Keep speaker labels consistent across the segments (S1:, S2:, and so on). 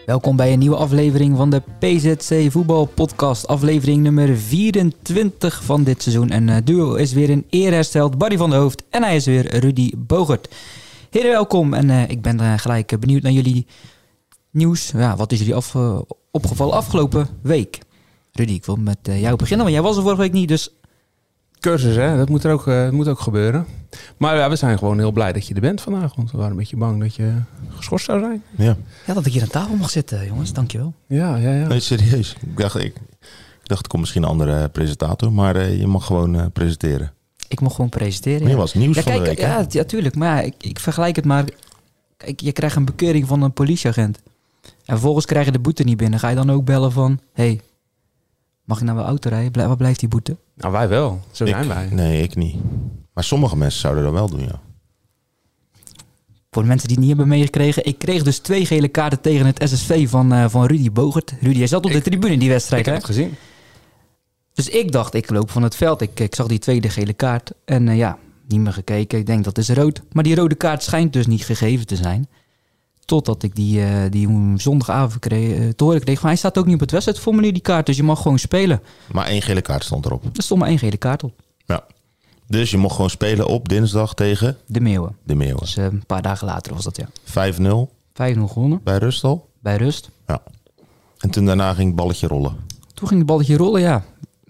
S1: Welkom bij een nieuwe aflevering van de PZC Voetbal Podcast. Aflevering nummer 24 van dit seizoen. En duo is weer in eer hersteld. Barry van der Hoofd en hij is weer Rudy Bogert. Heren, welkom. En ik ben gelijk benieuwd naar jullie nieuws. Ja, wat is jullie opgevallen afgelopen week? Rudy, ik wil met jou beginnen, want jij was er vorige week niet, dus...
S2: Cursus, hè? Dat moet ook gebeuren. Maar ja, we zijn gewoon heel blij dat je er bent vandaag. Want we waren een beetje bang dat je geschorst zou zijn.
S3: Ja,
S1: Ja, dat ik hier aan tafel mag zitten, jongens. Dankjewel.
S2: Ja.
S3: nee, serieus. Ik dacht, er komt misschien een andere presentator, maar je mag gewoon presenteren.
S1: Ik mocht gewoon presenteren.
S3: Maar je was nieuws
S1: Ja,
S3: van
S1: kijk,
S3: de week, hè?
S1: ja, tuurlijk. Maar ja, ik vergelijk het maar. Kijk, je krijgt een bekeuring van een politieagent. En vervolgens krijg je de boete niet binnen. Ga je dan ook bellen van... Hey, mag ik nou wel auto rijden? Waar blijft die boete?
S2: Nou, wij wel. Zo zijn wij.
S3: Nee, ik niet. Maar sommige mensen zouden dat wel doen, ja.
S1: Voor de mensen die het niet hebben meegekregen. Ik kreeg dus 2 gele kaarten tegen het SSV van Rudy Bogert. Rudy, jij zat op de tribune in die wedstrijd,
S2: Ik heb
S1: hè?
S2: het gezien.
S1: Dus ik dacht, ik loop van het veld. Ik zag die tweede gele kaart. En niet meer gekeken. Ik denk, dat is rood. Maar die rode kaart schijnt dus niet gegeven te zijn. Totdat ik die zondagavond te horen kreeg. Maar hij staat ook niet op het wedstrijdformulier, die kaart. Dus je mag gewoon spelen.
S3: Maar 1 gele kaart stond erop.
S1: Er stond maar 1 gele kaart op.
S3: Ja. Dus je mocht gewoon spelen op dinsdag tegen
S1: De Meeuwen.
S3: de Meeuwen.
S1: Dus een paar dagen later was dat, ja.
S3: 5-0
S1: 5-0 gewonnen.
S3: bij rust al.
S1: Bij rust.
S3: Ja. En toen daarna ging het balletje rollen.
S1: Toen ging het balletje rollen, ja.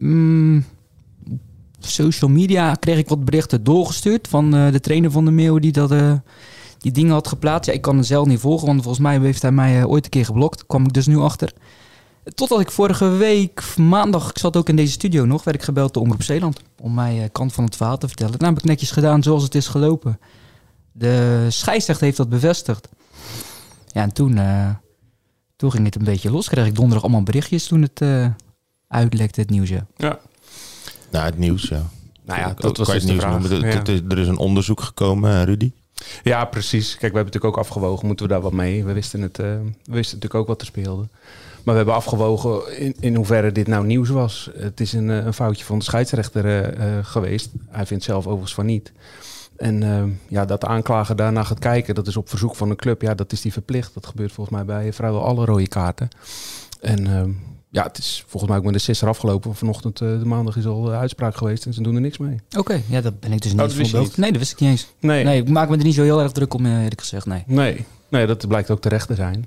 S1: Social media kreeg ik wat berichten doorgestuurd van de trainer van de Meeuwen die dingen had geplaatst. Ja, ik kan het zelf niet volgen, want volgens mij heeft hij mij ooit een keer geblokt. Kwam ik dus nu achter. Totdat ik vorige week, maandag, ik zat ook in deze studio nog, werd ik gebeld door Omroep Zeeland. Om mij kant van het verhaal te vertellen. Dat heb ik netjes gedaan zoals het is gelopen. De scheidsrechter heeft dat bevestigd. Ja, en toen ging het een beetje los. Kreeg ik donderdag allemaal berichtjes toen het uitlekte, het nieuws. Ja.
S3: Nou, het nieuws, ja.
S2: Nou ja, dat was
S3: Kan je
S2: dus de
S3: het nieuws
S2: vraag.
S3: noemen?
S2: Ja.
S3: Er is een onderzoek gekomen, Rudy.
S2: Ja, precies. Kijk, we hebben natuurlijk ook afgewogen. Moeten we daar wat mee? We wisten natuurlijk ook wat er speelde. Maar we hebben afgewogen in hoeverre dit nou nieuws was. Het is een foutje van de scheidsrechter geweest. Hij vindt zelf overigens van niet. En dat de aanklager daarna gaat kijken, dat is op verzoek van een club. Ja, dat is die verplicht. Dat gebeurt volgens mij bij vrijwel alle rode kaarten. En het is volgens mij ook met de sisser afgelopen. Vanochtend, de maandag, is al de uitspraak geweest en ze doen er niks mee.
S1: Oké, ja, dat ben ik dus niet
S2: dat wist je
S1: voorbeeld.
S2: niet?
S1: Nee, dat wist ik niet eens. Nee, ik maak me er niet zo heel erg druk om, eerlijk gezegd. Nee.
S2: Nee, dat blijkt ook terecht te zijn.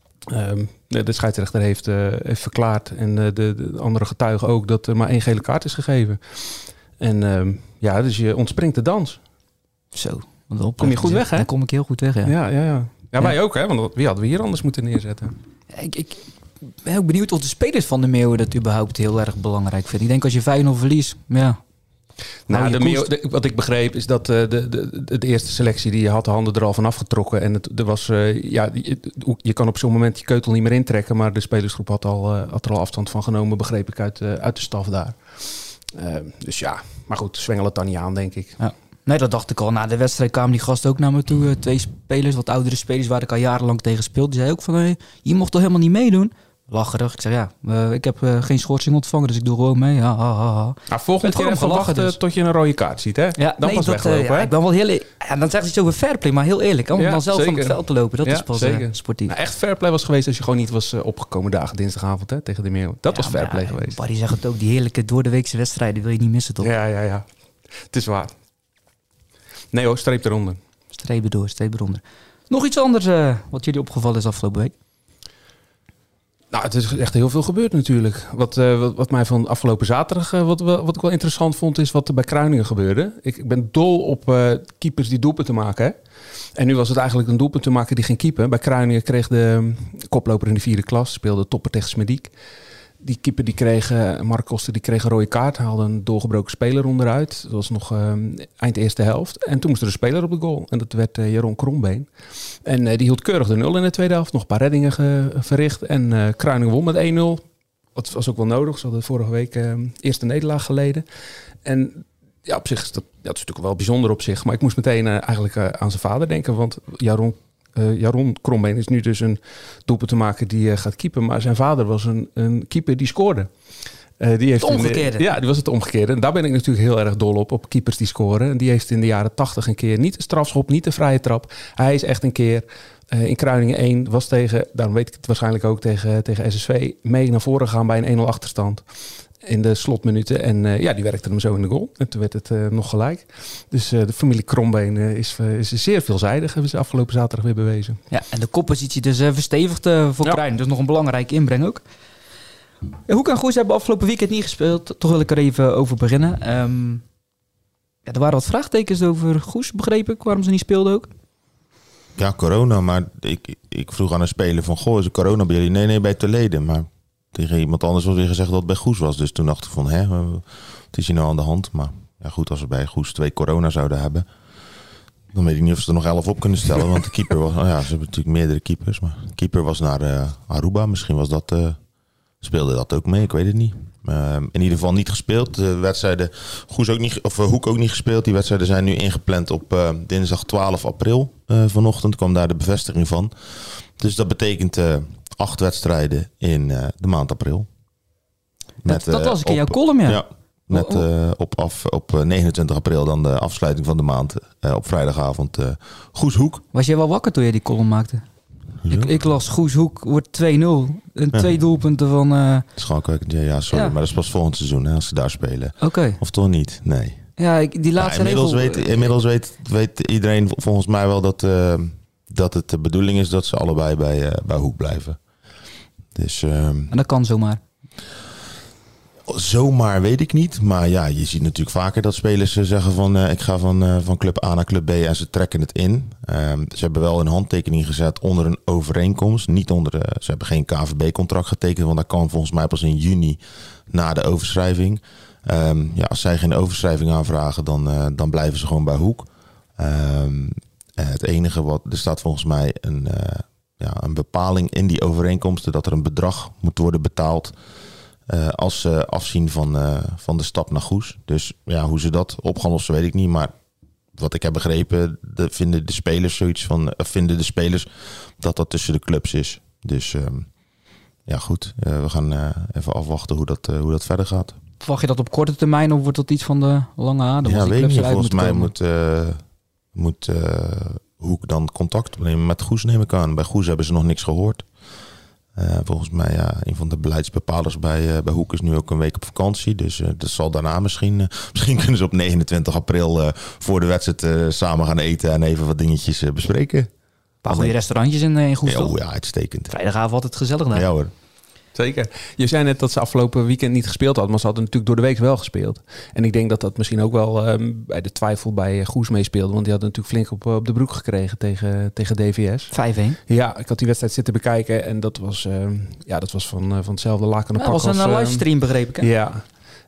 S2: De scheidsrechter heeft verklaard en de andere getuigen ook dat er maar 1 gele kaart is gegeven. En dus je ontspringt de dans.
S1: Zo.
S2: Kom je goed weg, hè?
S1: Dan kom ik heel goed weg, ja.
S2: Ja, wij ook, hè? Want wie hadden we hier anders moeten neerzetten?
S1: Ik ben ook benieuwd of de spelers van de Meeuwen dat überhaupt heel erg belangrijk vinden. Ik denk als je 5-0 verliest, ja.
S2: Wat ik begreep is dat de eerste selectie die je had de handen er al van afgetrokken. En er was, je kan op zo'n moment je keutel niet meer intrekken. Maar de spelersgroep had er al afstand van genomen, begreep ik uit de staf daar. Dus ja, maar goed, zwengel het dan niet aan, denk ik.
S1: Ja. Nee, dat dacht ik al. Na de wedstrijd kwamen die gasten ook naar me toe. 2 spelers, wat oudere spelers waar ik al jarenlang tegen speelde. Die zei ook van, je mocht toch helemaal niet meedoen? Lacherig. Ik zeg, ik heb geen schorsing ontvangen, dus ik doe gewoon mee. Ja.
S2: Volgende keer even wachten tot je een rode kaart ziet, hè?
S1: Ja,
S2: dan pas weglopen, hè?
S1: Ik ben wel heel... dan zeggen ze iets over fairplay, maar heel eerlijk. Om dan zelf
S2: zeker.
S1: van het veld te lopen, dat is pas sportief.
S2: Nou, echt fairplay was geweest als je gewoon niet was opgekomen dagen dinsdagavond, hè, tegen de Meeuwen. Dat was fairplay geweest.
S1: Barry zegt het ook, die heerlijke doordeweekse wedstrijden wil je niet missen, toch?
S2: Ja. Het is waar. Nee hoor, streep eronder.
S1: Streep eronder. Nog iets anders wat jullie opgevallen is afgelopen week?
S2: Nou, het is echt heel veel gebeurd natuurlijk. Wat mij van afgelopen zaterdag, wat ik wel interessant vond, is wat er bij Kruiningen gebeurde. Ik ben dol op keepers die doelpunten maken. Hè? En nu was het eigenlijk een doelpuntenmaker die ging keeper. Bij Kruiningen kreeg de koploper in de 4e klas, speelde Topper tegen Smediek. Die keeper die kreeg, Mark Koster, die kreeg een rode kaart. Haalde een doorgebroken speler onderuit. Dat was nog eind eerste helft. En toen moest er een speler op de goal. En dat werd Jeroen Krombeen. En die hield keurig de 0 in de tweede helft. Nog een paar reddingen verricht. En Kruiningen won met 1-0. Dat was ook wel nodig. Ze hadden vorige week eerste nederlaag geleden. En ja, op zich is dat is natuurlijk wel bijzonder op zich. Maar ik moest meteen eigenlijk aan zijn vader denken. Want Jeroen Krombeen is nu dus een doelpuntenmaker die gaat keepen. Maar zijn vader was een keeper die scoorde. Die heeft
S1: het omgekeerde.
S2: Die was het omgekeerde. En daar ben ik natuurlijk heel erg dol op keepers die scoren. En die heeft in de jaren 80 een keer niet de strafschop, niet de vrije trap. Hij is echt een keer in Kruiningen 1 was tegen, daarom weet ik het waarschijnlijk ook, tegen SSV mee naar voren gaan bij een 1-0 achterstand in de slotminuten. En die werkte hem zo in de goal. En toen werd het nog gelijk. Dus de familie Krombeen is zeer veelzijdig, hebben ze afgelopen zaterdag weer bewezen.
S1: Ja, en de koppositie dus verstevigd voor Kruiningen. Dus nog een belangrijke inbreng ook. Hoek en Goes hebben afgelopen weekend niet gespeeld. Toch wil ik er even over beginnen. Er waren wat vraagtekens over Goes, begreep ik, waarom ze niet speelden ook.
S3: Ja, corona, maar ik vroeg aan een speler van, goh, is er corona bij jullie? Nee, bij Toledo. Maar tegen iemand anders was weer gezegd dat het bij Goes was. Dus toen dacht ik van, wat is hier nou aan de hand? Maar ja, goed, als we bij Goes 2 corona zouden hebben, dan weet ik niet of ze er nog 11 op kunnen stellen. Want de keeper was, ze hebben natuurlijk meerdere keepers. Maar de keeper was naar Aruba. Misschien was dat, speelde dat ook mee, ik weet het niet. In ieder geval niet gespeeld. De wedstrijden, Hoek ook niet gespeeld. Die wedstrijden zijn nu ingepland op dinsdag 12 april. Vanochtend kwam daar de bevestiging van. Dus dat betekent 8 wedstrijden in de maand april.
S1: Dat was ik in jouw column, ja.
S3: Met op 29 april dan de afsluiting van de maand. Op vrijdagavond Goes-Hoek.
S1: Was jij wel wakker toen je die column maakte? Ja. Ik las Goes-Hoek wordt 2-0. En 2 doelpunten van...
S3: Schalkwerk, ja, sorry. Ja. Maar dat is pas volgend seizoen, hè, als ze daar spelen.
S1: Okay.
S3: Of toch niet? Nee.
S1: Ja, die laatste
S3: inmiddels weet iedereen volgens mij wel dat het de bedoeling is dat ze allebei bij Hoek blijven. Dus,
S1: en dat kan zomaar.
S3: Zomaar weet ik niet. Maar ja, je ziet natuurlijk vaker dat spelers zeggen van ik ga van club A naar club B en ze trekken het in. Ze hebben wel een handtekening gezet onder een overeenkomst. Niet onder ze hebben geen KVB-contract getekend, want dat kan volgens mij pas in juni na de overschrijving. Als zij geen overschrijving aanvragen, dan blijven ze gewoon bij Hoek. Het enige er staat volgens mij een bepaling in die overeenkomsten dat er een bedrag moet worden betaald als ze afzien van de stap naar Goes. Dus ja, hoe ze dat op gaan lossen weet ik niet. Maar wat ik heb begrepen, vinden de spelers dat tussen de clubs is. Dus goed, we gaan even afwachten hoe dat verder gaat.
S1: Verwacht je dat op korte termijn of wordt dat iets van de lange adem?
S3: Ja, weet niet. Volgens mij moet Hoek dan contact nemen met Goes, neem ik aan. Bij Goes hebben ze nog niks gehoord. Volgens mij, een van de beleidsbepalers bij Hoek is nu ook een week op vakantie. Dus dat zal daarna misschien kunnen ze op 29 april voor de wedstrijd samen gaan eten en even wat dingetjes bespreken.
S1: Een paar goede restaurantjes in Goes.
S3: Ja, uitstekend.
S1: Vrijdagavond altijd gezellig daar.
S3: Ja hoor.
S2: Zeker. Je zei net dat ze afgelopen weekend niet gespeeld hadden, maar ze hadden natuurlijk door de week wel gespeeld. En ik denk dat dat misschien ook wel bij de twijfel bij Goes meespeelde, want die hadden natuurlijk flink op de broek gekregen tegen DVS. 5-1. Ja, ik had die wedstrijd zitten bekijken en dat was van hetzelfde laken op pak.
S1: Dat was een livestream, begreep ik. Hè?
S2: Ja.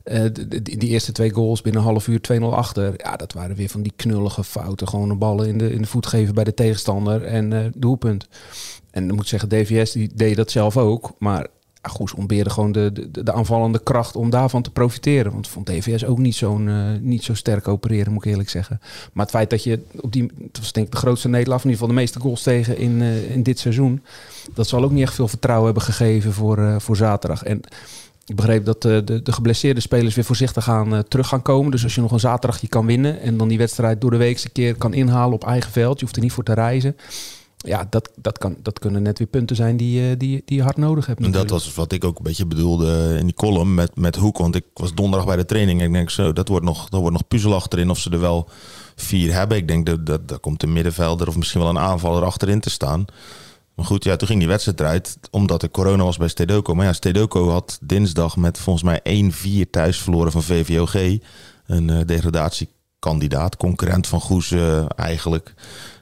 S2: Die eerste 2 goals binnen een half uur 2-0 achter. Ja, dat waren weer van die knullige fouten. Gewoon een ballen in de voet geven bij de tegenstander en doelpunt. En dan moet ik zeggen, DVS die deed dat zelf ook, maar Goes ontbeerde gewoon de aanvallende kracht om daarvan te profiteren. Want ik vond DVS ook niet zo sterk opereren, moet ik eerlijk zeggen. Maar het feit dat je het was denk ik de grootste nederlaag, in ieder geval de meeste goals tegen in dit seizoen. Dat zal ook niet echt veel vertrouwen hebben gegeven voor zaterdag. En ik begreep dat de geblesseerde spelers weer voorzichtig terug gaan komen. Dus als je nog een zaterdagje kan winnen en dan die wedstrijd door de week een keer kan inhalen op eigen veld. Je hoeft er niet voor te reizen. Ja, dat kunnen net weer punten zijn die je hard nodig hebt. Natuurlijk.
S3: En dat was wat ik ook een beetje bedoelde in die column met Hoek. Want ik was donderdag bij de training en ik denk zo, dat wordt nog puzzel achterin of ze er wel 4 hebben. Ik denk dat komt een middenvelder of misschien wel een aanvaller achterin te staan. Maar goed, ja, toen ging die wedstrijd eruit omdat er corona was bij Stedoco. Maar ja, Stedoco had dinsdag met volgens mij 1-4 thuis verloren van VVOG. Een degradatiekandidaat, concurrent van Goes eigenlijk.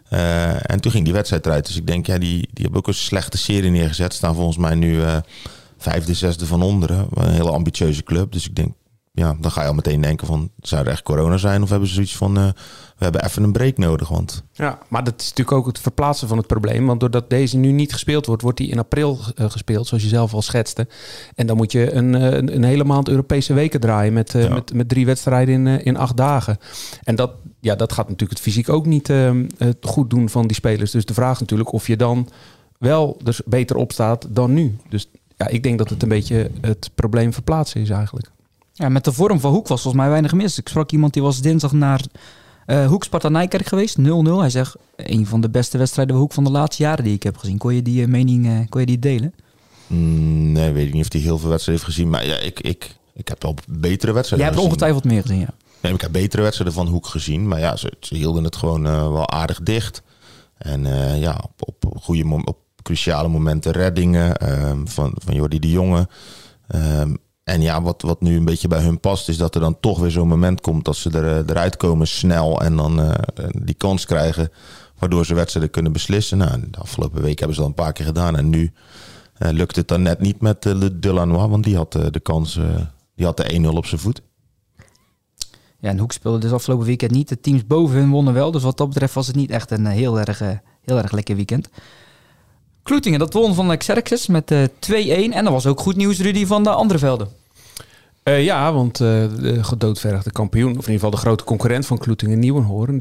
S3: En toen ging die wedstrijd eruit. Dus ik denk, ja, die hebben ook een slechte serie neergezet. Staan volgens mij nu 5e, 6e van onderen. Een hele ambitieuze club. Dus ik denk, ja, dan ga je al meteen denken van, zou er echt corona zijn? Of hebben ze zoiets van, we hebben even een break nodig. Want...
S2: Ja, maar dat is natuurlijk ook het verplaatsen van het probleem. Want doordat deze nu niet gespeeld wordt die in april gespeeld, zoals je zelf al schetste. En dan moet je een hele maand Europese weken draaien met 3 wedstrijden in 8 dagen. En dat gaat natuurlijk het fysiek ook niet goed doen van die spelers. Dus de vraag is natuurlijk of je dan wel dus beter opstaat dan nu. Dus ja, ik denk dat het een beetje het probleem verplaatsen is eigenlijk.
S1: Ja, met de vorm van Hoek was volgens mij weinig mis. Ik sprak iemand die was dinsdag naar Hoek Sparta Nijkerk geweest, 0-0. Hij zegt, een van de beste wedstrijden Hoek van de laatste jaren die ik heb gezien. Kon je die mening delen?
S3: Nee, weet ik niet of hij heel veel wedstrijden heeft gezien. Maar ja, ik heb wel betere wedstrijden
S1: Jij hebt er ongetwijfeld meer gezien, ja.
S3: Nee, ik heb betere wedstrijden van Hoek gezien. Maar ja, ze hielden het gewoon wel aardig dicht. En op cruciale momenten reddingen van Jordi de Jonge. En ja, wat nu een beetje bij hun past, is dat er dan toch weer zo'n moment komt dat ze eruit komen snel en dan die kans krijgen, waardoor ze wedstrijden kunnen beslissen. Nou, de afgelopen week hebben ze dat een paar keer gedaan en nu lukt het dan net niet met Delanois, want die had de kans, die had de 1-0 op zijn voet.
S1: Ja, en Hoek speelde dus afgelopen weekend niet. De teams boven hun wonnen wel, dus wat dat betreft was het niet echt een heel erg lekker weekend. Kloetingen, dat won van Xerxes met 2-1. En dat was ook goed nieuws, Rudy, van de andere velden.
S2: Ja, want de gedoodverfde kampioen, of in ieder geval de grote concurrent van Kloetingen, Nieuwenhoorn,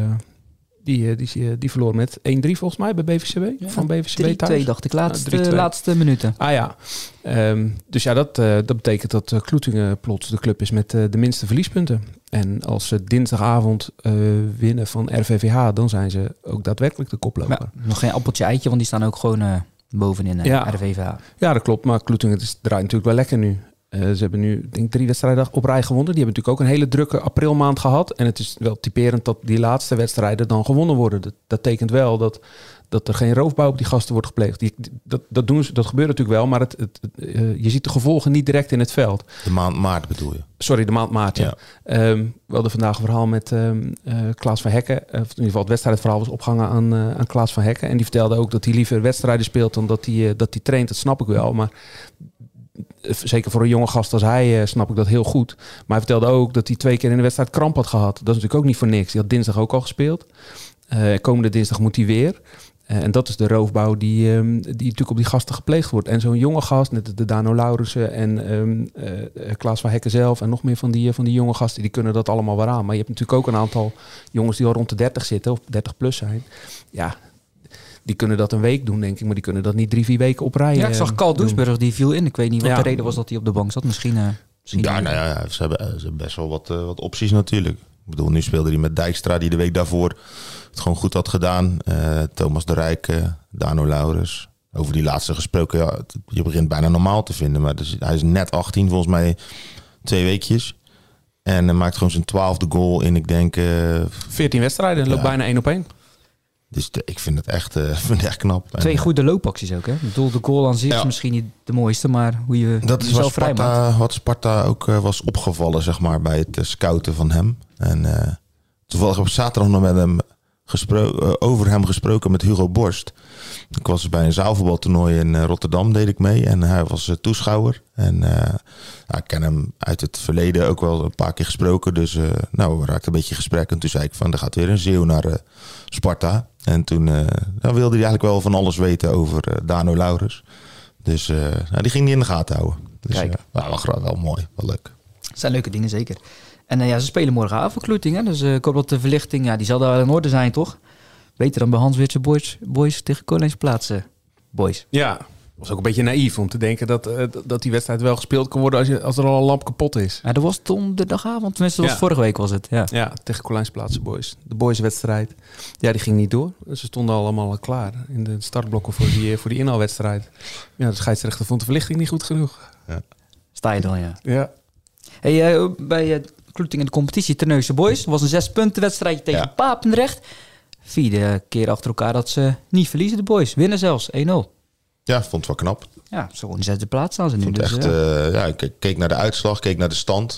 S2: die verloor met 1-3 volgens mij bij BVCW. Ja, van BVCW thuis. 3-2
S1: dacht ik, laatste minuten.
S2: Ah ja, dus ja, dat betekent dat Kloetingen plots de club is met de minste verliespunten. En als ze dinsdagavond winnen van RVVH, dan zijn ze ook daadwerkelijk de koploper.
S1: Ja, nog geen appeltje eitje, want die staan ook gewoon bovenin RVVH.
S2: Ja, dat klopt, maar Kloetingen draait natuurlijk wel lekker nu. Ze hebben nu, denk ik, 3 wedstrijden op rij gewonnen. Die hebben natuurlijk ook een hele drukke aprilmaand gehad. En het is wel typerend dat die laatste wedstrijden dan gewonnen worden. Dat betekent wel dat er geen roofbouw op die gasten wordt gepleegd. Dat doen ze, dat gebeurt natuurlijk wel, maar je ziet de gevolgen niet direct in het veld.
S3: De maand maart bedoel je?
S2: Sorry, de maand maart, ja. We hadden vandaag een verhaal met Klaas van Hekken. Of in ieder geval het wedstrijdverhaal was opgehangen aan Klaas van Hekken. En die vertelde ook dat hij liever wedstrijden speelt dan dat hij traint. Dat snap ik wel, maar zeker voor een jonge gast als hij snap ik dat heel goed. Maar hij vertelde ook dat hij 2 keer in de wedstrijd kramp had gehad. Dat is natuurlijk ook niet voor niks. Die had dinsdag ook al gespeeld. Komende dinsdag moet hij weer. En dat is de roofbouw die natuurlijk op die gasten gepleegd wordt. En zo'n jonge gast, net de Dano Laurensen en Klaas van Hekken zelf en nog meer van die jonge gasten, die kunnen dat allemaal wel aan. Maar je hebt natuurlijk ook een aantal jongens die al rond de 30 zitten of 30 plus zijn. Ja, die kunnen dat een week doen, denk ik. Maar die kunnen dat niet 3-4 weken op rij.
S1: Ja, ik zag Carl Doesburg, die viel in. Ik weet niet wat de reden was dat hij op de bank zat. Misschien
S3: ja, nou ja, ze hebben best wel wat opties natuurlijk. Ik bedoel, nu speelde hij met Dijkstra, die de week daarvoor het gewoon goed had gedaan. Thomas de Rijk, Dano Laurens. Over die laatste gesproken, ja, je begint bijna normaal te vinden. Maar dus, hij is net 18, volgens mij 2 weekjes. En hij maakt gewoon zijn 12e goal in, ik denk
S2: 14 wedstrijden, loopt bijna 1 op 1.
S3: Dus ik vind het echt knap.
S1: 2 goede loopacties ook, hè? Ik bedoel, de goal aan zich is misschien niet de mooiste, maar hoe je
S3: dat is
S1: jezelf vrij maakt.
S3: Wat Sparta ook was opgevallen, zeg maar, bij het scouten van hem. En toevallig heb ik zaterdag nog met hem over hem gesproken met Hugo Borst. Ik was bij een zaalvoetbaltoernooi in Rotterdam, deed ik mee. En hij was toeschouwer. En ik ken hem uit het verleden ook wel een paar keer gesproken. Dus we raakten een beetje gesprek. En toen zei ik van, er gaat weer een Zeeuw naar Sparta. En toen wilde hij eigenlijk wel van alles weten over Dano Laurens. Dus die ging hij in de gaten houden. Dus wel mooi, wel leuk.
S1: Dat zijn leuke dingen, zeker. En ze spelen morgenavond Kloetingen. Dus ik hoop dat de verlichting, die zal wel in orde zijn, toch? Beter dan bij Hans Weertse boys tegen Collins plaatsen. Boys.
S2: Ja, was ook een beetje naïef om te denken dat die wedstrijd wel gespeeld kan worden als er al een lamp kapot is.
S1: Ja, dat was donderdagavond. Tenminste, vorige week was het. Ja,
S2: tegen Colijnsplaatsen boys. De boyswedstrijd. Ja, die ging niet door. Ze stonden allemaal klaar in de startblokken voor die inhaalwedstrijd. Ja, de scheidsrechter vond de verlichting niet goed genoeg.
S3: Ja.
S1: Sta je dan, ja.
S2: Ja.
S1: Hey, bij Kloetingen de competitie Terneuzen Boys was een 6 punten wedstrijdje tegen Papendrecht. 4e keer achter elkaar dat ze niet verliezen, de boys. Winnen zelfs, 1-0.
S3: Ja, vond het wel knap.
S1: Ja, zo in de 6e plaats staan ze nu.
S3: Dus, ik keek naar de uitslag, keek naar de stand.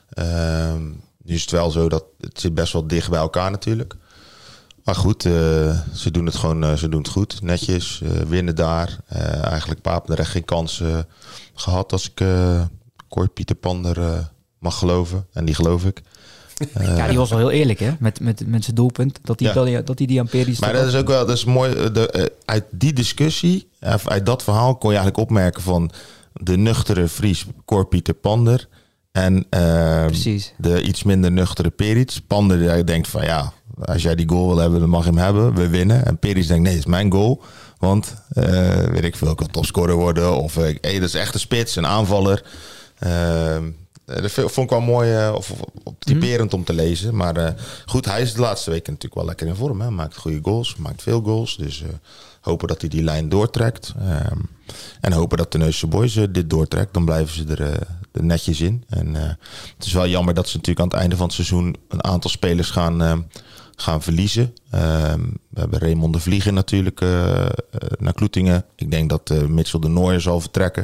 S3: Nu is het wel zo dat het zit best wel dicht bij elkaar natuurlijk. Maar goed, ze doen het gewoon ze doen het goed. Netjes, winnen daar. Eigenlijk Papendrecht geen kans gehad als ik Cor Pieter Pander mag geloven. En die geloof ik.
S1: Ja, die was wel heel eerlijk, hè? Met zijn doelpunt. Dat hij die aan Peris...
S3: Maar dat is ook wel, dat is mooi. Uit die discussie, uit dat verhaal, kon je eigenlijk opmerken van de nuchtere Fries Cor Pieter Pander. En de iets minder nuchtere Peric. Pander denkt van ja, als jij die goal wil hebben, dan mag je hem hebben. We winnen. En Peric denkt nee, het is mijn goal. Want weet ik veel, ik kan topscorer worden. Of dat is echt een spits, een aanvaller. Dat vond ik wel mooi of typerend om te lezen. Maar goed, hij is de laatste weken natuurlijk wel lekker in vorm. Hè? Maakt goede goals, maakt veel goals. Dus hopen dat hij die lijn doortrekt. En hopen dat de Neusse Boys dit doortrekt. Dan blijven ze er netjes in. En het is wel jammer dat ze natuurlijk aan het einde van het seizoen een aantal spelers gaan verliezen. We hebben Raymond de Vlieger natuurlijk naar Kloetingen. Ik denk dat Mitchell de Nooijer zal vertrekken.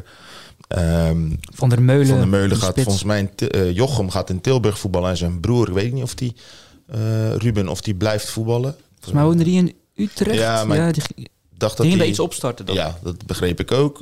S1: Van der Meulen
S3: gaat volgens mij Jochem gaat in Tilburg voetballen en zijn broer, ik weet niet of die Ruben of die blijft voetballen.
S1: Volgens mij woonde die in Utrecht.
S3: Ja, maar
S1: die
S3: dacht dat
S1: ging daar iets opstarten dan.
S3: Ja, dat begreep ik ook.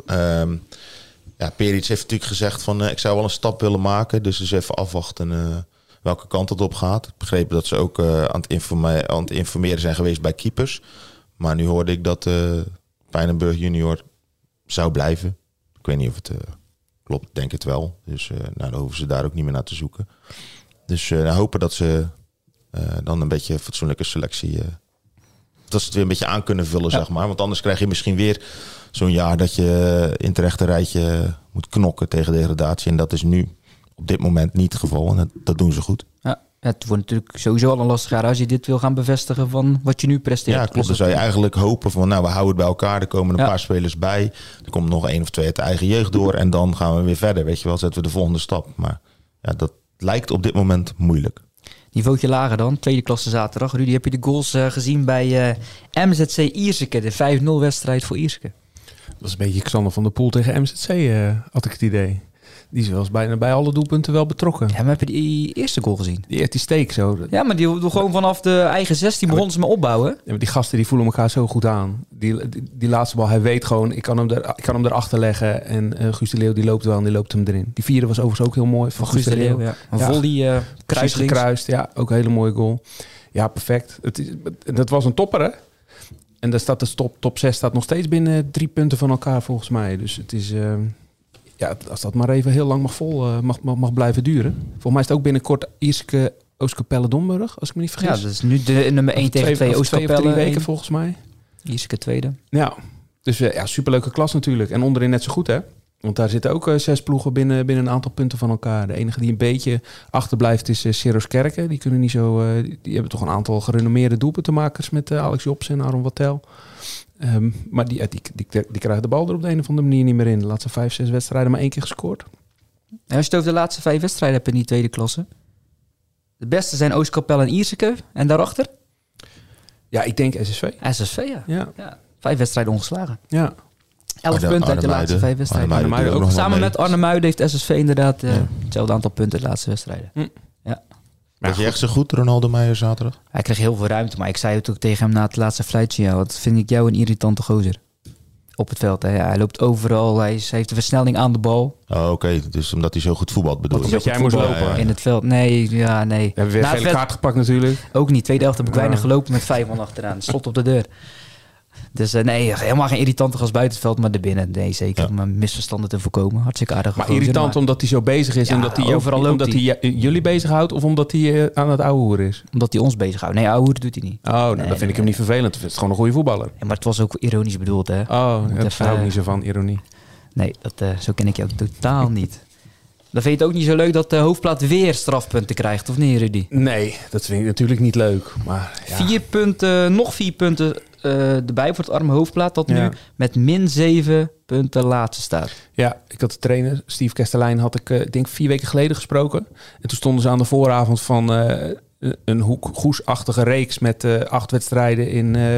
S3: Peric heeft natuurlijk gezegd van ik zou wel een stap willen maken, dus even afwachten welke kant het op gaat. Ik begreep dat ze ook aan het informeren zijn geweest bij keepers. Maar nu hoorde ik dat Pijnenburg junior zou blijven. Ik weet niet of het klopt, denk het wel. Dus dan hoeven ze daar ook niet meer naar te zoeken. Dus hopen dat ze dan een beetje een fatsoenlijke selectie... dat ze het weer een beetje aan kunnen vullen, zeg maar. Want anders krijg je misschien weer zo'n jaar dat je in het rechte rijtje moet knokken tegen degradatie. En dat is nu op dit moment niet het geval. En dat doen ze goed.
S1: Ja, het wordt natuurlijk sowieso al een lastig jaar als je dit wil gaan bevestigen van wat je nu presteert.
S3: Ja, klopt. Dan zou je eigenlijk hopen van, we houden het bij elkaar. Er komen een paar spelers bij. Er komt nog 1 of 2 uit de eigen jeugd door. En dan gaan we weer verder. Weet je wel, zetten we de volgende stap. Maar ja, dat lijkt op dit moment moeilijk.
S1: Niveautje lager dan, tweede klasse zaterdag. Rudy, heb je de goals gezien bij MZC Ierseke, de 5-0 wedstrijd voor Ierseke?
S2: Dat was een beetje Xander van der Poel tegen MZC, had ik het idee. Die was bijna bij alle doelpunten wel betrokken.
S1: Ja, maar heb je die eerste goal gezien?
S2: Die steek zo.
S1: Ja, maar die gewoon vanaf de eigen 16 begonnen ze met opbouwen.
S2: Ja, maar die gasten die voelen elkaar zo goed aan. Die laatste bal, hij weet gewoon, ik kan hem erachter leggen. En Guus de Leeuw die loopt wel en die loopt hem erin. Die vierde was overigens ook heel mooi van Guus de Leeuw.
S1: Ja. Een volley
S2: gekruist. Ja, ook een hele mooie goal. Ja, perfect. Dat was een topper, hè? En daar staat de top 6 staat nog steeds binnen 3 punten van elkaar volgens mij. Dus het is... als dat maar even heel lang mag blijven duren. Volgens mij is het ook binnenkort Ierseke Oostkapelle-Domburg, als ik me niet vergis.
S1: Ja, dat is nu de nummer 1 tegen 2 Oostkapelle.
S2: 2 of 3 weken volgens mij.
S1: Ierseke tweede.
S2: Ja, dus superleuke klas natuurlijk. En onderin net zo goed, hè? Want daar zitten ook 6 ploegen binnen een aantal punten van elkaar. De enige die een beetje achterblijft is Seroskerken. Die kunnen niet zo... die hebben toch een aantal gerenommeerde doelpuntenmakers met Alex Jobs en Aaron Wattel. Maar die krijgen de bal er op de een of andere manier niet meer in. De laatste 5, 6 wedstrijden maar 1 keer gescoord.
S1: En als je het over de laatste 5 wedstrijden hebt in die tweede klasse. De beste zijn Oostkapelle en Ierseke. En daarachter?
S2: Ja, ik denk SSV.
S1: SSV, ja. 5 wedstrijden ongeslagen.
S2: Ja.
S1: 11 punten uit de laatste 5 wedstrijden.
S2: Arnhemuiden ook.
S1: Samen met Arnhemuiden heeft SSV inderdaad hetzelfde aantal punten de laatste wedstrijden. Ja.
S3: Was je echt zo goed, Ronaldo Meijer, zaterdag?
S1: Hij kreeg heel veel ruimte, maar ik zei het ook tegen hem na het laatste fluitje. Ja, wat vind ik jou een irritante gozer. Op het veld. Hè. Ja, hij loopt overal. Hij heeft de versnelling aan de bal.
S3: Oh, oké. Dus omdat hij zo goed voetbalt, bedoel je?
S2: Omdat jij moest lopen.
S1: In het veld. Nee.
S2: We hebben weer een gele kaart gepakt natuurlijk.
S1: Ook niet. Tweede helft heb ik weinig gelopen met 5 man achteraan. Slot op de deur. Dus helemaal geen irritante gast buiten het veld, maar erbinnen. Nee, zeker om misverstanden te voorkomen. Hartstikke aardig.
S2: Maar irritant omdat hij zo bezig is en omdat hij
S1: overal loopt.
S2: Omdat hij jullie bezighoudt of omdat hij aan het ouwe hoeren is?
S1: Omdat hij ons bezighoudt. Nee, ouwe hoeren doet hij niet.
S2: Oh, dan vind ik hem niet vervelend. Het is gewoon een goede voetballer.
S1: Ja, maar het was ook ironisch bedoeld, hè?
S2: Oh, daar hou ik niet zo van, ironie.
S1: Nee, zo ken ik jou totaal niet. Dan vind je het ook niet zo leuk dat de hoofdplaat weer strafpunten krijgt, of niet, Rudy?
S2: Nee, dat vind ik natuurlijk niet leuk. Maar, ja.
S1: 4 punten, nog 4 punten erbij voor het arme hoofdplaat, dat nu met min 7 punten laatste staat.
S2: Ja, ik had de trainer, Steve Kestelijn, had ik denk 4 weken geleden gesproken. En toen stonden ze aan de vooravond van een Goes-achtige reeks met 8 wedstrijden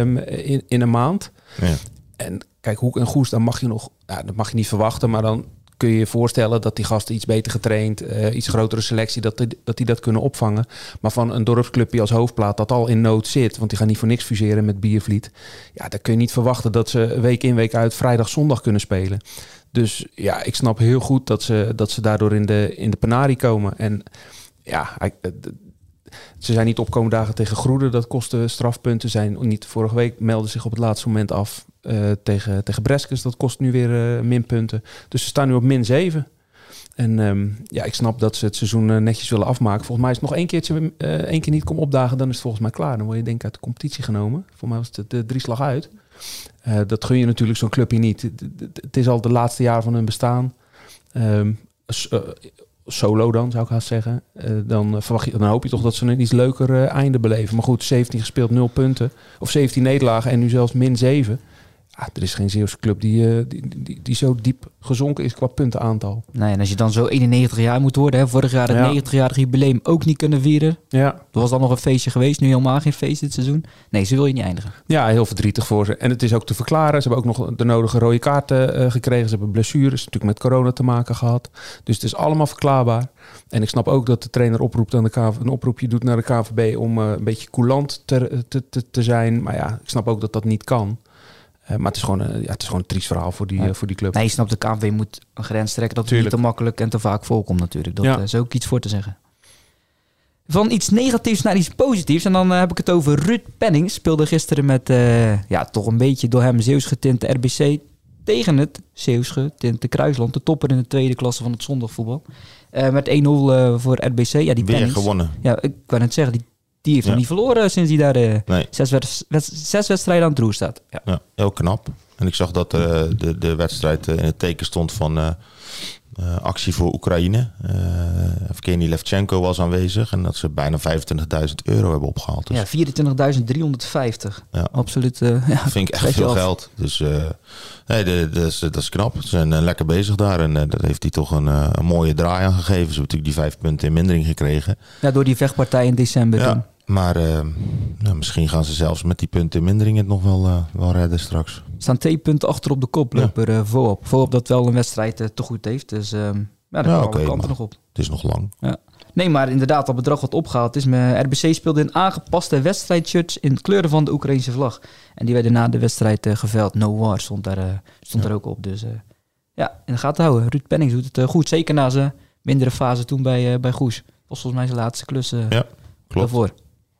S2: in een maand. Ja. En kijk, Hoek en Goes, dan mag je nog, dat mag je niet verwachten, maar dan kun je je voorstellen dat die gasten iets beter getraind, iets grotere selectie, dat die dat kunnen opvangen. Maar van een dorpsclubje als hoofdplaat dat al in nood zit, want die gaan niet voor niks fuseren met Biervliet. Ja, dan kun je niet verwachten dat ze week in week uit vrijdag, zondag kunnen spelen. Dus ja, ik snap heel goed dat ze daardoor in de penarie komen. En ja, ze zijn niet opkomende dagen tegen Groede, dat kostte strafpunten. Zijn niet vorige week melden zich op het laatste moment af tegen Breskes. Dat kost nu weer minpunten. Dus ze staan nu op min 7. En ik snap dat ze het seizoen netjes willen afmaken. Volgens mij is het nog één keer niet komen opdagen, dan is het volgens mij klaar. Dan word je denk ik uit de competitie genomen. Volgens mij was het de 3 slag uit. Dat gun je natuurlijk zo'n clubje niet. Het is al de laatste jaar van hun bestaan. solo dan, zou ik haast zeggen. Dan hoop je toch dat ze een iets leuker einde beleven. Maar goed, 17 gespeeld, 0 punten. Of 17 nederlagen en nu zelfs -7. Er is geen Zeeuwse club die zo diep gezonken is qua puntenaantal.
S1: Nee, en als je dan zo 91 jaar moet worden, hè, vorig jaar het 90-jarig jubileum ook niet kunnen vieren.
S2: Ja.
S1: Er was dan nog een feestje geweest, nu helemaal geen feest dit seizoen. Nee, zo wil je niet eindigen.
S2: Ja, heel verdrietig voor ze. En het is ook te verklaren. Ze hebben ook nog de nodige rode kaarten gekregen. Ze hebben blessures, natuurlijk met corona te maken gehad. Dus het is allemaal verklaarbaar. En ik snap ook dat de trainer oproept aan een oproepje doet naar de KNVB om een beetje coulant te zijn. Maar ja, ik snap ook dat dat niet kan. Maar het is gewoon een triest verhaal voor die club.
S1: Nee, je snapt, de KNVB moet een grens trekken dat het niet te makkelijk en te vaak voorkomt natuurlijk. Dat is ook iets voor te zeggen. Van iets negatiefs naar iets positiefs. En dan heb ik het over Ruud Penning. Speelde gisteren met toch een beetje door hem Zeeuws getinte RBC tegen het Zeeuws getinte Kruisland. De topper in de tweede klasse van het zondagvoetbal. Met 1-0 voor RBC. Ja, die
S3: weer
S1: Pennings,
S3: gewonnen.
S1: Ja, ik kan het zeggen. Die heeft nog niet verloren sinds hij daar 6 wedstrijden aan het roer staat.
S3: Ja, heel knap. En ik zag dat de wedstrijd in het teken stond van actie voor Oekraïne. Evgeny Levchenko was aanwezig en dat ze bijna €25.000 hebben opgehaald. Dus,
S1: ja, 24.350.
S3: Ja.
S1: Absoluut.
S3: Vind ik echt veel geld. Dus dat is knap. Ze zijn lekker bezig daar en daar heeft hij toch een mooie draai aan gegeven. Ze hebben natuurlijk die 5 punten in mindering gekregen.
S1: Ja, door die vechtpartij in december.
S3: Ja. Maar misschien gaan ze zelfs met die punten in mindering het nog wel redden straks.
S1: Er staan 2 punten achter op de koploper voorop. Voorop dat wel een wedstrijd te goed heeft. Dus daar kan alle kanten nog op.
S3: Het is nog lang.
S1: Ja. Nee, maar inderdaad, dat bedrag wat opgehaald is. RBC speelde in aangepaste wedstrijdshirts in kleuren van de Oekraïnse vlag. En die werden na de wedstrijd geveld. No war stond daar ook op. Dus in de gaten houden. Ruud Penning doet het goed. Zeker na zijn mindere fase toen bij Goes. Was volgens mij zijn laatste klus
S3: klopt.
S1: daarvoor.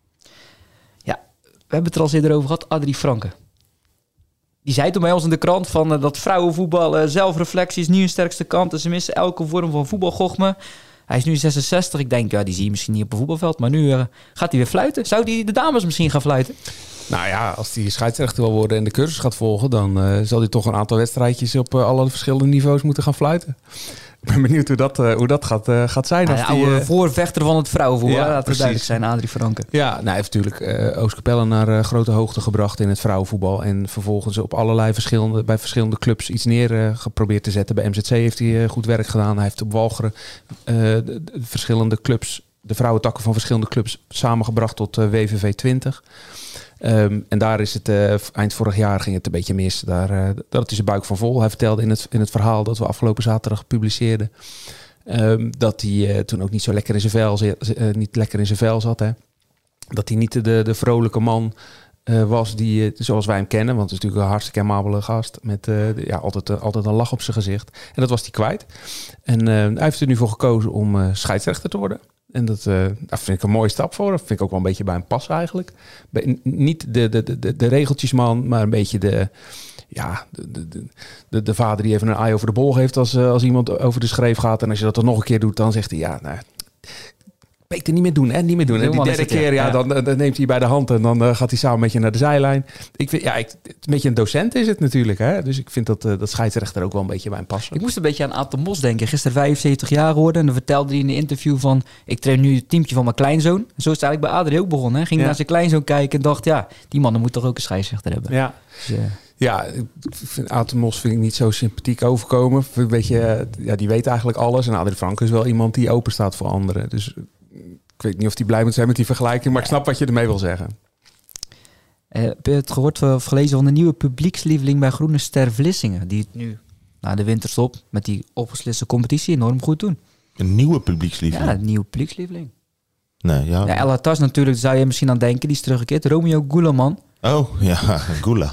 S1: We hebben het er al eerder over gehad, Adrie Franke. Die zei toen bij ons in de krant van dat vrouwenvoetbal, zelfreflectie is nu hun sterkste kant. En ze missen elke vorm van voetbalgochme. Hij is nu 66. Ik denk, die zie je misschien niet op een voetbalveld. Maar nu gaat hij weer fluiten. Zou hij de dames misschien gaan fluiten?
S2: Nou ja, als hij scheidsrechter wil worden en de cursus gaat volgen, dan zal hij toch een aantal wedstrijdjes op alle verschillende niveaus moeten gaan fluiten. Ik ben benieuwd hoe dat gaat zijn.
S1: Als oude voorvechter van het vrouwenvoetbal. Ja, laten we duidelijk zijn, Adrie Franke.
S2: Ja, hij heeft natuurlijk Oostkapelle naar grote hoogte gebracht in het vrouwenvoetbal. En vervolgens op allerlei bij verschillende clubs iets neer geprobeerd te zetten. Bij MZC heeft hij goed werk gedaan. Hij heeft op Walcheren de verschillende clubs, de vrouwentakken van verschillende clubs samengebracht tot WVV 20. En daar is het eind vorig jaar ging het een beetje mis. Daar is zijn buik van vol. Hij vertelde in het verhaal dat we afgelopen zaterdag publiceerden dat hij toen ook niet zo lekker in zijn vel zat. Hè. Dat hij niet de vrolijke man was die zoals wij hem kennen. Want het is natuurlijk een hartstikke amabele gast met altijd een lach op zijn gezicht. En dat was hij kwijt. En hij heeft er nu voor gekozen om scheidsrechter te worden. En dat vind ik een mooie stap voor. Dat vind ik ook wel een beetje bij hem passen eigenlijk. Niet de regeltjesman, maar een beetje de vader die even een eye over de bol heeft als iemand over de schreef gaat. En als je dat dan nog een keer doet, dan zegt hij beter niet meer doen, hè? Niet meer doen. En die derde keer, dan neemt hij bij de hand en dan gaat hij samen met je naar de zijlijn. Ik vind, een beetje een docent is het natuurlijk, hè? Dus ik vind dat scheidsrechter ook wel een beetje bij hem passen.
S1: Ik moest een beetje aan Aten Mos denken. Gisteren 75 jaar geworden en dan vertelde hij in een interview van, ik train nu het teamtje van mijn kleinzoon. En zo is het eigenlijk bij Adrie ook begonnen. Hè? Ging naar zijn kleinzoon kijken en dacht, die mannen moet toch ook een scheidsrechter hebben.
S2: Ja. Dus, ja, Aten Mos vind ik niet zo sympathiek overkomen. Een beetje, die weet eigenlijk alles. En Adrie Franke is wel iemand die open staat voor anderen. Dus ik weet niet of hij blij moet zijn met die vergelijking, maar ik snap wat je ermee wil zeggen.
S1: Heb je het gehoord of gelezen van de nieuwe publiekslieveling bij Groene Ster Vlissingen? Die het nu na de winterstop met die opgesliste competitie enorm goed doen.
S3: Een nieuwe publiekslieveling?
S1: Ja, een nieuwe publiekslieveling.
S3: Nee,
S1: El Hattas natuurlijk, zou je misschien aan denken. Die is teruggekeerd. Romeo Gulaman.
S3: Oh, ja, Gula.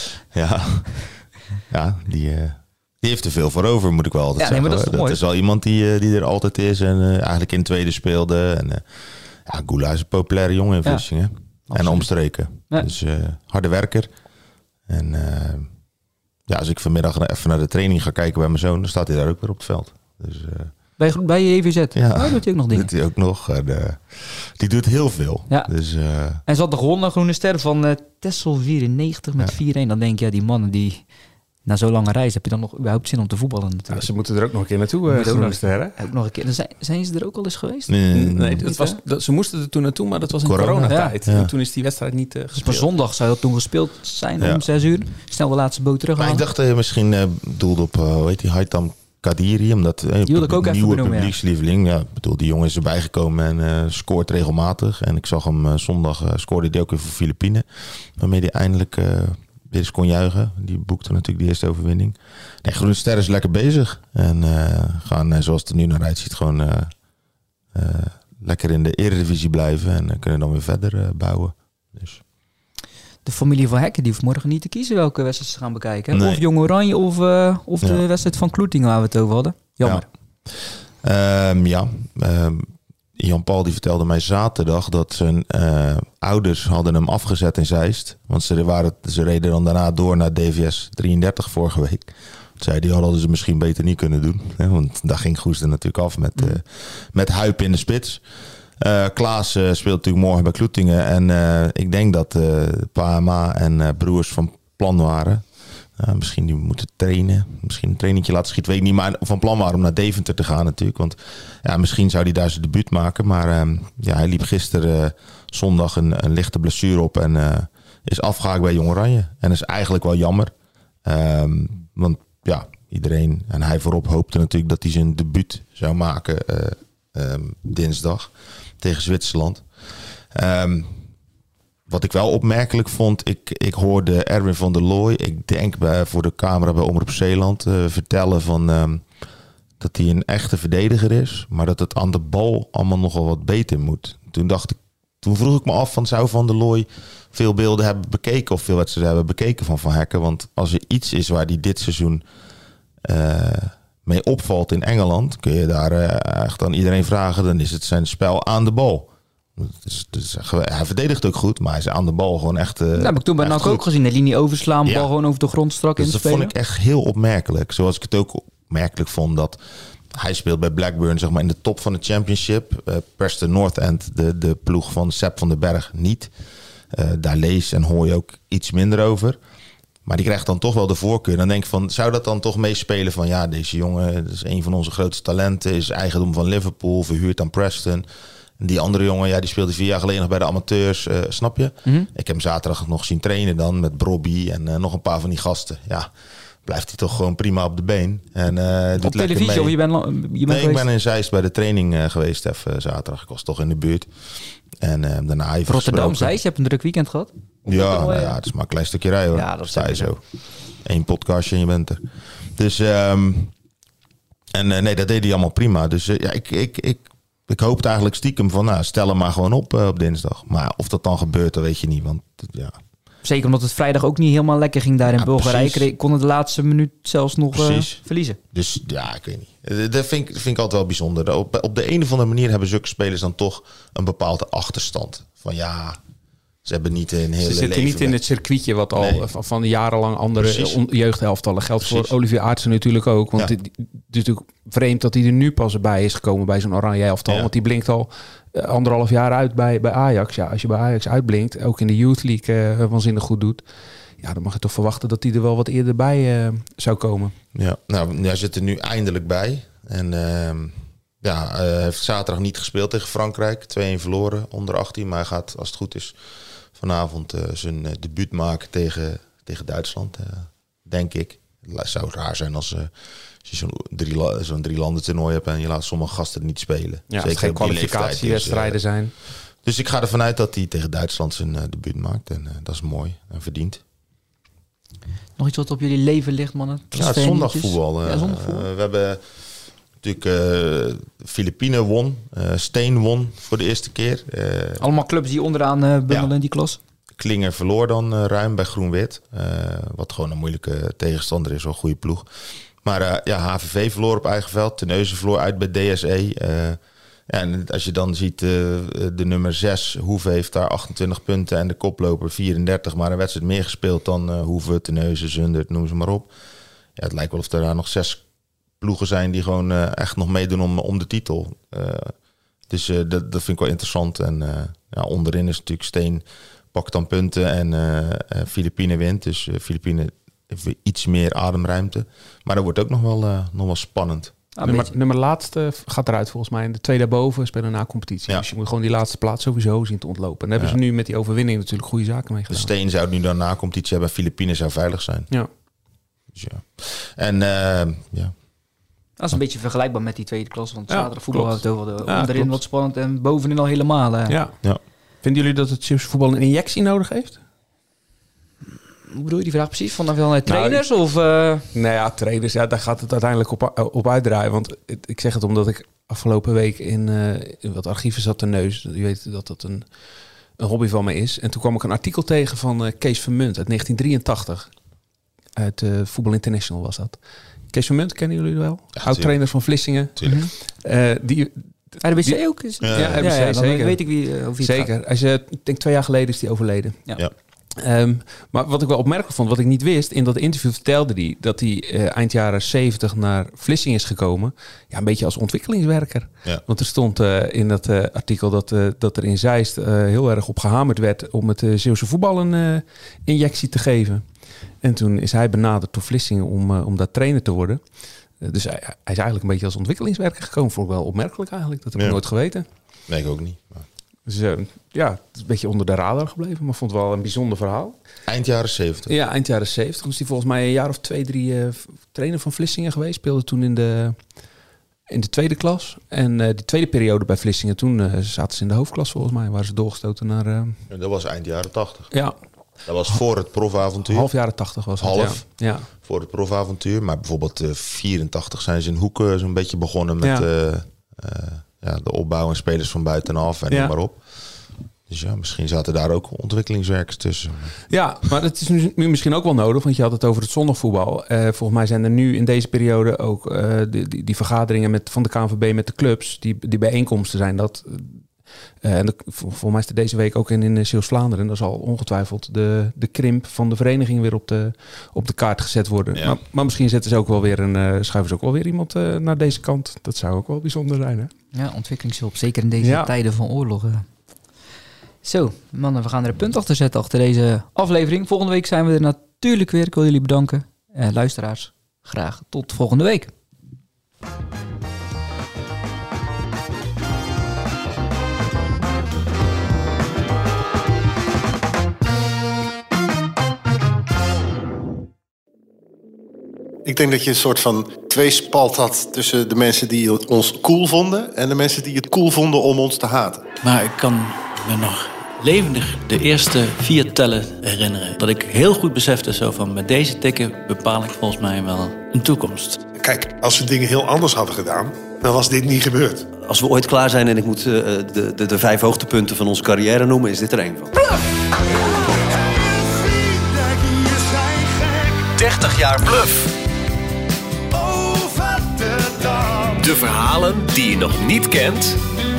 S3: Ja, die heeft er veel voor over, moet ik wel altijd zeggen.
S1: Maar dat
S3: is wel iemand die er altijd is en eigenlijk in tweede speelde. En Gula is een populaire jongen in Vlissingen. En omstreken. Ja. Dus harde werker. En als ik vanmiddag even naar de training ga kijken bij mijn zoon, dan staat hij daar ook weer op het veld. Dus,
S1: bij je EVZ?
S3: Ja,
S1: doet hij ook nog dingen?
S3: Doet hij ook nog. Die doet heel veel.
S1: Ja.
S3: Dus,
S1: en ze had de gewonnen Groene Ster van Texel 94 met 4-1. Dan denk je, die mannen die Na zo'n lange reis heb je dan nog überhaupt zin om te voetballen
S2: Ja,
S1: natuurlijk.
S2: ze moeten er ook nog een keer naartoe, Groene Ster, hè?
S1: Ook nog een keer. Zijn ze er ook al eens geweest?
S3: Nee,
S2: Ze moesten er toen naartoe, maar dat was in
S3: Corona.
S2: coronatijd.
S3: Ja.
S2: En toen is die wedstrijd niet
S1: Dus per
S2: gespeeld.
S1: zondag zou dat toen gespeeld zijn
S3: Ja.
S1: om 6 uur. Snel de laatste boot terug.
S3: Maar ik dacht dat je misschien bedoelde op, hoe heet die, Haitham Kadiri. Omdat
S1: Die wilde ik ook even
S3: nieuwe
S1: benoemen, ja.
S3: publiekslieveling. Ja, ik bedoel, die jongen is erbij gekomen en scoort regelmatig. En ik zag hem zondag, scoorde hij ook weer voor Filipijnen. Waarmee hij eindelijk weer eens kon juichen. Die boekte natuurlijk de eerste overwinning. Nee, Groene Ster is lekker bezig. En gaan, zoals het er nu naar uitziet, gewoon lekker in de Eredivisie blijven. En kunnen dan weer verder bouwen. Dus...
S1: De familie van Hekken die hoeft morgen niet te kiezen welke wedstrijd ze gaan bekijken.
S3: Nee.
S1: Of Jong Oranje of de wedstrijd van Kloeting waar we het over hadden. Jammer.
S3: Jan-Paul die vertelde mij zaterdag dat zijn ouders hadden hem afgezet in Zeist. Want ze reden dan daarna door naar DVS 33 vorige week. Zei die hadden ze misschien beter niet kunnen doen. Hè, want daar ging Goes er natuurlijk af met Huip in de spits. Klaas speelt natuurlijk morgen bij Kloetingen. En ik denk dat pa en ma en broers van plan waren. Misschien die moeten trainen. Misschien een trainingje laten schieten. Weet ik niet. Maar van plan waren om naar Deventer te gaan natuurlijk. Want ja, misschien zou hij daar zijn debuut maken. Maar hij liep gisteren zondag een lichte blessure op. En is afgehaakt bij Jong Oranje. En dat is eigenlijk wel jammer. Want ja, iedereen en hij voorop hoopte natuurlijk dat hij zijn debuut zou maken dinsdag tegen Zwitserland. Wat ik wel opmerkelijk vond, ik hoorde Erwin van der Looy, ik denk voor de camera bij Omroep Zeeland, vertellen van dat hij een echte verdediger is, maar dat het aan de bal allemaal nogal wat beter moet. Toen vroeg ik me af van, zou Van der Looy veel beelden hebben bekeken of veel wedstrijden hebben bekeken van Hekken? Want als er iets is waar hij dit seizoen mee opvalt in Engeland, kun je daar echt aan iedereen vragen, dan is het zijn spel aan de bal. Dus hij verdedigt ook goed, maar hij is aan de bal gewoon echt.
S1: Dat heb ik toen bij NAC ook gezien. De linie overslaan, bal gewoon over de grond strak
S3: dus
S1: inspelen.
S3: Dat vond ik echt heel opmerkelijk. Zoals ik het ook opmerkelijk vond dat hij speelt bij Blackburn, zeg maar in de top van de Championship. Preston North End, de ploeg van Sepp van den Berg, niet. Daar lees en hoor je ook iets minder over. Maar die krijgt dan toch wel de voorkeur. Dan denk ik van, zou dat dan toch meespelen van, ja, deze jongen, dat is een van onze grootste talenten, is eigendom van Liverpool, verhuurd aan Preston. Die andere jongen, ja, die speelde 4 jaar geleden nog bij de amateurs, snap je? Mm-hmm. Ik heb hem zaterdag nog zien trainen dan met Brobby en nog een paar van die gasten. Ja, blijft hij toch gewoon prima op de been. En, doet
S1: op televisie mee. Of je bent
S3: nee, ik ben in Zeist bij de training geweest even zaterdag. Ik was toch in de buurt. En daarna even
S1: Rotterdam, Zeist, je hebt een druk weekend gehad?
S3: Ja, nou ja, het is maar een klein stukje rijden hoor.
S1: Ja, dat
S3: sta je zo. 1 podcastje en je bent er. Dus, nee, dat deed hij allemaal prima. Dus ja, ik hoopte eigenlijk stiekem van, stel hem maar gewoon op dinsdag. Maar of dat dan gebeurt, dat weet je niet. Want ja.
S1: Zeker omdat het vrijdag ook niet helemaal lekker ging daar in Bulgarije. Konden de laatste minuut zelfs nog verliezen.
S3: Dus ja, ik weet niet. Dat vind ik altijd wel bijzonder. Op de een of andere manier hebben zulke spelers dan toch een bepaalde achterstand. Van ja, ze hebben niet een hele.
S2: Ze zitten niet in het circuitje wat al van jarenlang andere jeugdelftallen geldt. Voor Olivier Aartsen natuurlijk ook. Want het is natuurlijk vreemd dat hij er nu pas bij is gekomen bij zo'n oranje elftal. Ja. Want die blinkt al 1,5 jaar uit bij Ajax. Ja, als je bij Ajax uitblinkt, ook in de Youth League waanzinnig goed doet. Ja, dan mag je toch verwachten dat hij er wel wat eerder bij zou komen.
S3: Ja, nou, hij zit er nu eindelijk bij. En heeft zaterdag niet gespeeld tegen Frankrijk. 2-1 verloren, onder 18. Maar hij gaat, als het goed is, vanavond zijn debuut maken tegen Duitsland, denk ik. Het zou raar zijn als je zo'n 3-landen toernooi hebt en je laat sommige gasten niet spelen.
S2: Ja, zeker geen kwalificatiewedstrijden zijn.
S3: Dus ik ga ervan uit dat hij tegen Duitsland zijn debuut maakt. En dat is mooi en verdiend.
S1: Nog iets wat op jullie leven ligt, mannen?
S3: Ja, het zondagvoetbal. We hebben natuurlijk Filipijnen won. Steen won voor de eerste keer.
S1: Allemaal clubs die onderaan bungelen in die klas?
S3: Klinger verloor dan ruim bij Groen-Wit. Wat gewoon een moeilijke tegenstander is. Wel een goede ploeg. Maar HVV verloor op eigen veld. Terneuzen verloor uit bij DSE. En als je dan ziet de nummer 6, Hoeve heeft daar 28 punten. En de koploper 34. Maar een wedstrijd meer gespeeld dan Hoeve, Terneuzen, Zundert, noem ze maar op. Ja, het lijkt wel of er daar nog 6 ploegen zijn die gewoon echt nog meedoen om de titel. Dus dat vind ik wel interessant. En onderin is natuurlijk Steen pakt dan punten en Filipijnen wint. Dus Filipijnen even iets meer ademruimte. Maar dat wordt ook nog wel spannend.
S2: Nummer laatste gaat eruit volgens mij. En de twee daarboven spelen na competitie.
S3: Ja.
S2: Dus je moet gewoon die laatste plaats sowieso zien te ontlopen. En daar hebben ze nu met die overwinning natuurlijk goede zaken mee
S3: De
S2: gedaan.
S3: Steen zou nu dan na competitie hebben. Filipijnen zou veilig zijn.
S2: Ja.
S3: Dus ja. En ja.
S1: Dat is een beetje vergelijkbaar met die tweede klas. Want zaterdag voetbal
S2: klopt.
S1: had het over.
S2: Ja,
S1: Onderin
S2: klopt.
S1: wat spannend en bovenin al helemaal.
S2: Ja.
S3: Ja.
S2: Vinden jullie dat het Zeeuwse voetbal een injectie nodig heeft?
S1: Hoe bedoel je die vraag precies? Vanaf wel trainers? Of,
S2: Nou ja, trainers, ja, daar gaat het uiteindelijk op uitdraaien. Want ik zeg het omdat ik afgelopen week in wat archieven zat te neus. Je weet dat dat een hobby van me is. En toen kwam ik een artikel tegen van Kees Vermunt uit 1983. Uit Voetbal International was dat. Kees Vermunt, kennen jullie wel?
S3: Ja,
S2: oud-trainer van Vlissingen.
S3: Tuurlijk.
S1: RBC ook?
S2: Ja, RBC,
S1: dan
S2: zeker.
S1: weet ik over wie het gaat.
S2: Zeker. Hij is, ik denk 2 jaar geleden is hij overleden.
S1: Ja.
S2: Maar wat ik wel opmerkelijk vond, wat ik niet wist, in dat interview vertelde hij dat hij eind jaren 70 naar Vlissingen is gekomen. Ja, een beetje als ontwikkelingswerker.
S3: Ja.
S2: Want er stond in dat artikel dat er in Zeist heel erg op gehamerd werd om het Zeeuwse voetbal een injectie te geven. En toen is hij benaderd door Vlissingen om daar trainer te worden. Dus hij is eigenlijk een beetje als ontwikkelingswerker gekomen. Vond ik wel opmerkelijk eigenlijk. Dat heb ik nooit geweten.
S3: Nee, ik ook niet. Maar...
S2: Dus ja, het is een beetje onder de radar gebleven. Maar vond het wel een bijzonder verhaal.
S3: Eind jaren 70.
S2: Ja, eind jaren 70. Dus die volgens mij een jaar of 2, 3 trainer van Vlissingen geweest. Speelde toen in de tweede klas. En die tweede periode bij Vlissingen, toen zaten ze in de hoofdklas volgens mij. Waren ze doorgestoten naar...
S3: En dat was eind jaren 80.
S2: Ja.
S3: Dat was voor het profavontuur.
S2: Half jaren 80 was het.
S3: Half.
S2: Ja.
S3: Voor het profavontuur. Maar bijvoorbeeld 84 zijn ze in Hoeken zo'n beetje begonnen met de opbouw en spelers van buitenaf en noem maar op. Dus ja, misschien zaten daar ook ontwikkelingswerkers tussen.
S2: Ja, maar dat is nu misschien ook wel nodig, want je had het over het zondagvoetbal. Volgens mij zijn er nu in deze periode ook die vergaderingen van de KNVB met de clubs, die bijeenkomsten zijn dat. En volgens mij is er deze week ook in Zeeuws-Vlaanderen. Daar zal ongetwijfeld de krimp van de vereniging weer op de kaart gezet worden.
S3: Ja.
S2: Maar misschien zetten ze ook wel weer schuiven ze ook wel weer iemand naar deze kant. Dat zou ook wel bijzonder zijn, hè?
S1: Ja, ontwikkelingshulp. Zeker in deze tijden van oorlog. Zo, mannen, we gaan er een punt achter zetten achter deze aflevering. Volgende week zijn we er natuurlijk weer. Ik wil jullie bedanken. Luisteraars, graag tot volgende week.
S4: Ik denk dat je een soort van tweespalt had tussen de mensen die ons cool vonden en de mensen die het cool vonden om ons te haten.
S5: Maar ik kan me nog levendig de eerste 4 tellen herinneren. Dat ik heel goed besefte zo van met deze tikken bepaal ik volgens mij wel een toekomst.
S6: Kijk, als we dingen heel anders hadden gedaan, dan was dit niet gebeurd.
S7: Als we ooit klaar zijn en ik moet de 5 hoogtepunten van onze carrière noemen, is dit er één van.
S8: 30 jaar Bluff. De verhalen die je nog niet kent.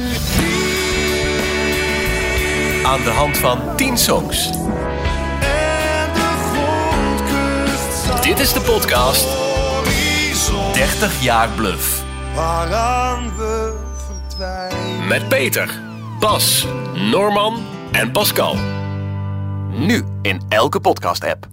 S8: Aan de hand van 10 songs. Dit is de podcast 30 jaar Bluff.
S6: Waaraan we verdwijnen.
S8: Met Peter, Bas, Norman en Pascal. Nu in elke podcast-app.